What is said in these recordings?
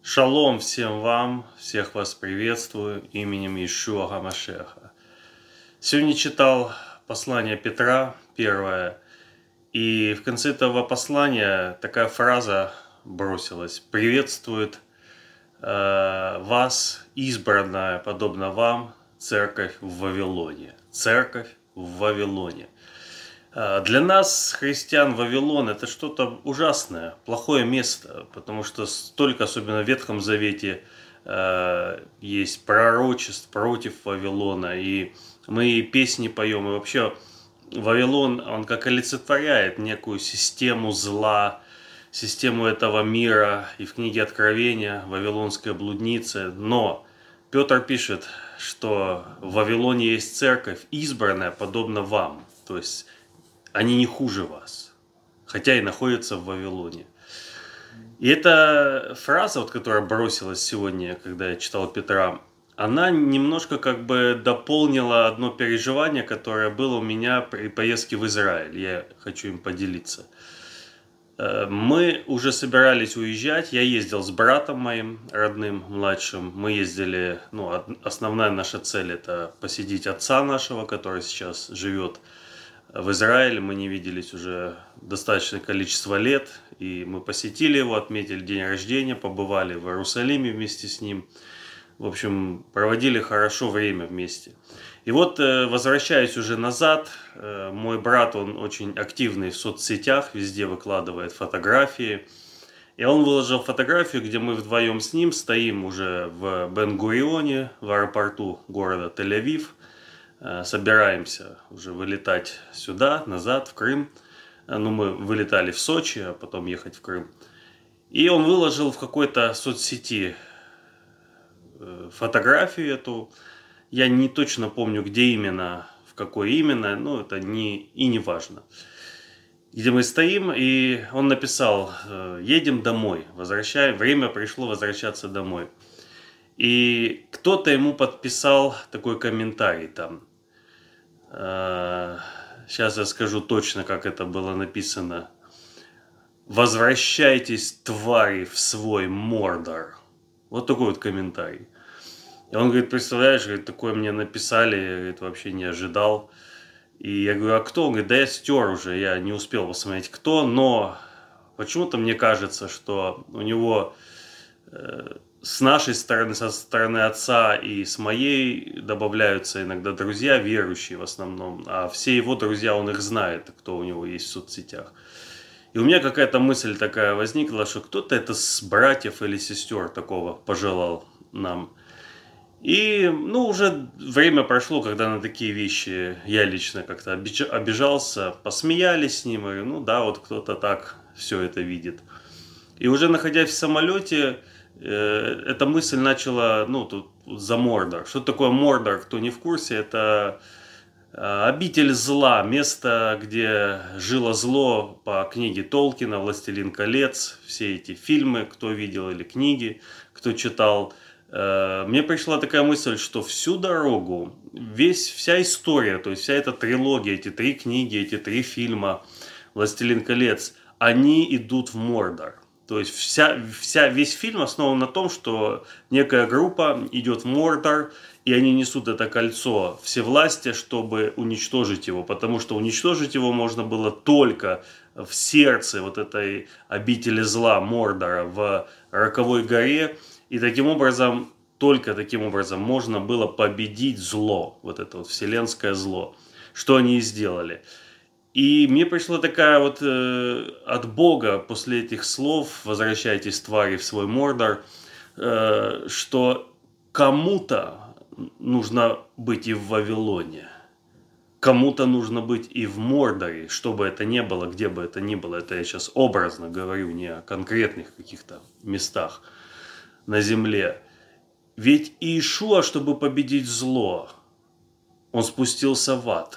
Шалом всем вам, всех вас приветствую именем Иешуа ха-Машиаха. Сегодня читал послание Петра, первое, и в конце этого послания такая фраза бросилась: «Приветствует вас, избранная, подобно вам, церковь в Вавилоне». Церковь в Вавилоне. Для нас, христиан, Вавилон — это что-то ужасное, плохое место, потому что столько, особенно в Ветхом Завете, есть пророчеств против Вавилона, и мы песни поем, и вообще Вавилон, он как олицетворяет некую систему зла, систему этого мира, и в книге Откровения «Вавилонская блудница». Но Петр пишет, что в Вавилоне есть церковь, избранная, подобно вам, то есть они не хуже вас, хотя и находятся в Вавилоне. И эта фраза, вот, которая бросилась сегодня, когда я читал Петра, она немножко как бы дополнила одно переживание, которое было у меня при поездке в Израиль. Я хочу им поделиться. Мы уже собирались уезжать, я ездил с братом моим родным, младшим. Мы ездили, основная наша цель — это посетить отца нашего, который сейчас живет в Израиле. Мы не виделись уже достаточное количество лет, и мы посетили его, отметили день рождения, побывали в Иерусалиме вместе с ним. В общем, проводили хорошо время вместе. И вот, возвращаясь уже назад, мой брат, он очень активный в соцсетях, везде выкладывает фотографии. И он выложил фотографию, где мы вдвоем с ним стоим уже в Бен-Гурионе, в аэропорту города Тель-Авив. Собираемся уже вылетать сюда, назад, в Крым. Мы вылетали в Сочи, а потом ехать в Крым. И он выложил в какой-то соцсети фотографию эту. Я не точно помню, где именно, в какой именно, но это не важно. Где мы стоим, и он написал: «Едем домой, время пришло возвращаться домой». И кто-то ему подписал такой комментарий там. Сейчас я скажу точно, как это было написано. «Возвращайтесь, твари, в свой Мордор». Вот такой вот комментарий. И он говорит: представляешь, говорит, такое мне написали, я, говорит, вообще не ожидал. И я говорю: а кто? Он говорит: да я стер уже, я не успел посмотреть, кто, но почему-то мне кажется, что у него с нашей стороны, со стороны отца и с моей добавляются иногда друзья, верующие в основном, а все его друзья, он их знает, кто у него есть в соцсетях. И у меня какая-то мысль такая возникла, что кто-то это с братьев или сестер такого пожелал нам. И, уже время прошло, когда на такие вещи я лично как-то обижался, посмеялись с ним, и, вот кто-то так все это видит. И уже находясь в самолете, эта мысль начала, тут за Мордор. Что такое Мордор, кто не в курсе, это обитель зла, место, где жило зло по книге Толкина, «Властелин колец», все эти фильмы, кто видел, или книги, кто читал. Мне пришла такая мысль, что всю дорогу, вся история, то есть вся эта трилогия, эти 3 книги, эти 3 фильма «Властелин колец», они идут в Мордор. То есть весь фильм основан на том, что некая группа идет в Мордор, и они несут это кольцо всевластия, чтобы уничтожить его. Потому что уничтожить его можно было только в сердце вот этой обители зла Мордора, в Роковой горе. И только таким образом можно было победить зло, вот это вот вселенское зло, что они и сделали. И мне пришла такая вот от Бога после этих слов: «Возвращайтесь, твари, в свой Мордор», что кому-то нужно быть и в Вавилоне, кому-то нужно быть и в Мордоре, что бы это ни было, где бы это ни было. Это я сейчас образно говорю, не о конкретных каких-то местах на земле. Ведь Иешуа, чтобы победить зло, он спустился в ад.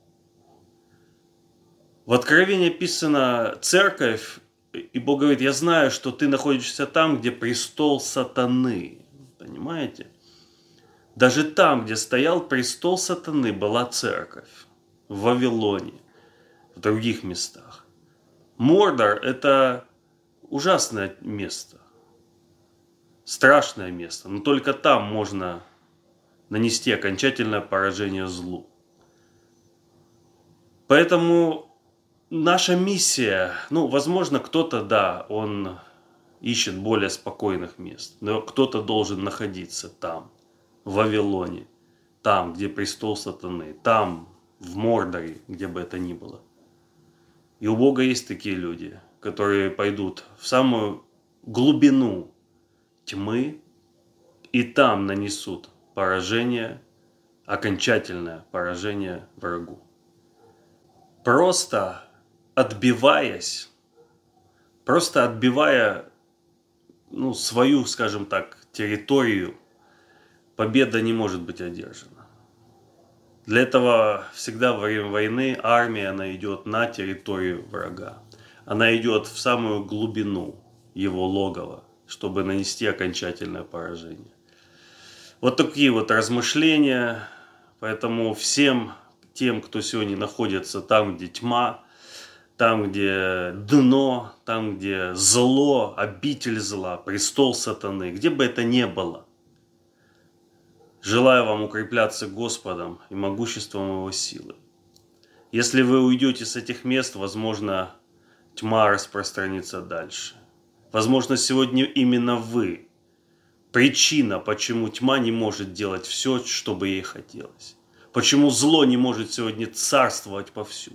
В Откровении писано: церковь, и Бог говорит: я знаю, что ты находишься там, где престол сатаны. Понимаете? Даже там, где стоял престол сатаны, была церковь. В Вавилоне, в других местах. Мордор — это ужасное место. страшное место, но только там можно нанести окончательное поражение злу. Поэтому наша миссия, возможно, кто-то, да, он ищет более спокойных мест, но кто-то должен находиться там, в Вавилоне, там, где престол сатаны, там, в Мордоре, где бы это ни было. И у Бога есть такие люди, которые пойдут в самую глубину тьмы и там нанесут поражение, окончательное поражение врагу. Просто отбивая свою, скажем так, территорию, победа не может быть одержана. Для этого всегда во время войны армия, она идет на территорию врага. Она идет в самую глубину его логова, чтобы нанести окончательное поражение. Вот такие вот размышления. Поэтому всем тем, кто сегодня находится там, где тьма, там, где дно, там, где зло, обитель зла, престол сатаны, где бы это ни было, желаю вам укрепляться Господом и могуществом Его силы. Если вы уйдете с этих мест, возможно, тьма распространится дальше. Возможно, сегодня именно вы причина, почему тьма не может делать все, что бы ей хотелось. Почему зло не может сегодня царствовать повсюду.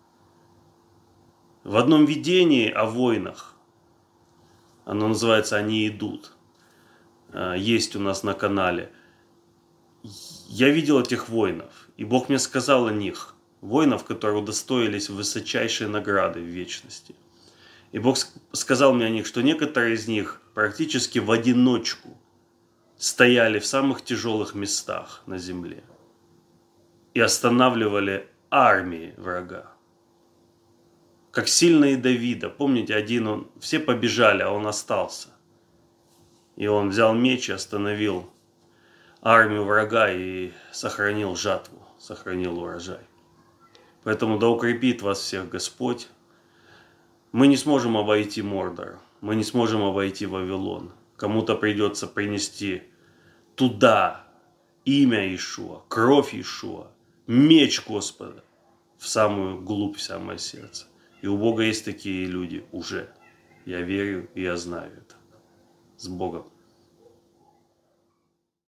В одном видении о войнах, оно называется «Они идут», есть у нас на канале. Я видел этих воинов, и Бог мне сказал о них, воинов, которые удостоились высочайшей награды в вечности. И Бог сказал мне о них, что некоторые из них практически в одиночку стояли в самых тяжелых местах на земле и останавливали армии врага. Как сильные Давида. Помните, все побежали, а он остался. И он взял меч и остановил армию врага и сохранил жатву, сохранил урожай. Поэтому да укрепит вас всех Господь. Мы не сможем обойти Мордор, мы не сможем обойти Вавилон. Кому-то придется принести туда имя Иешуа, кровь Иешуа, меч Господа в самую глубь, в самое сердце. И у Бога есть такие люди уже. Я верю и я знаю это. С Богом.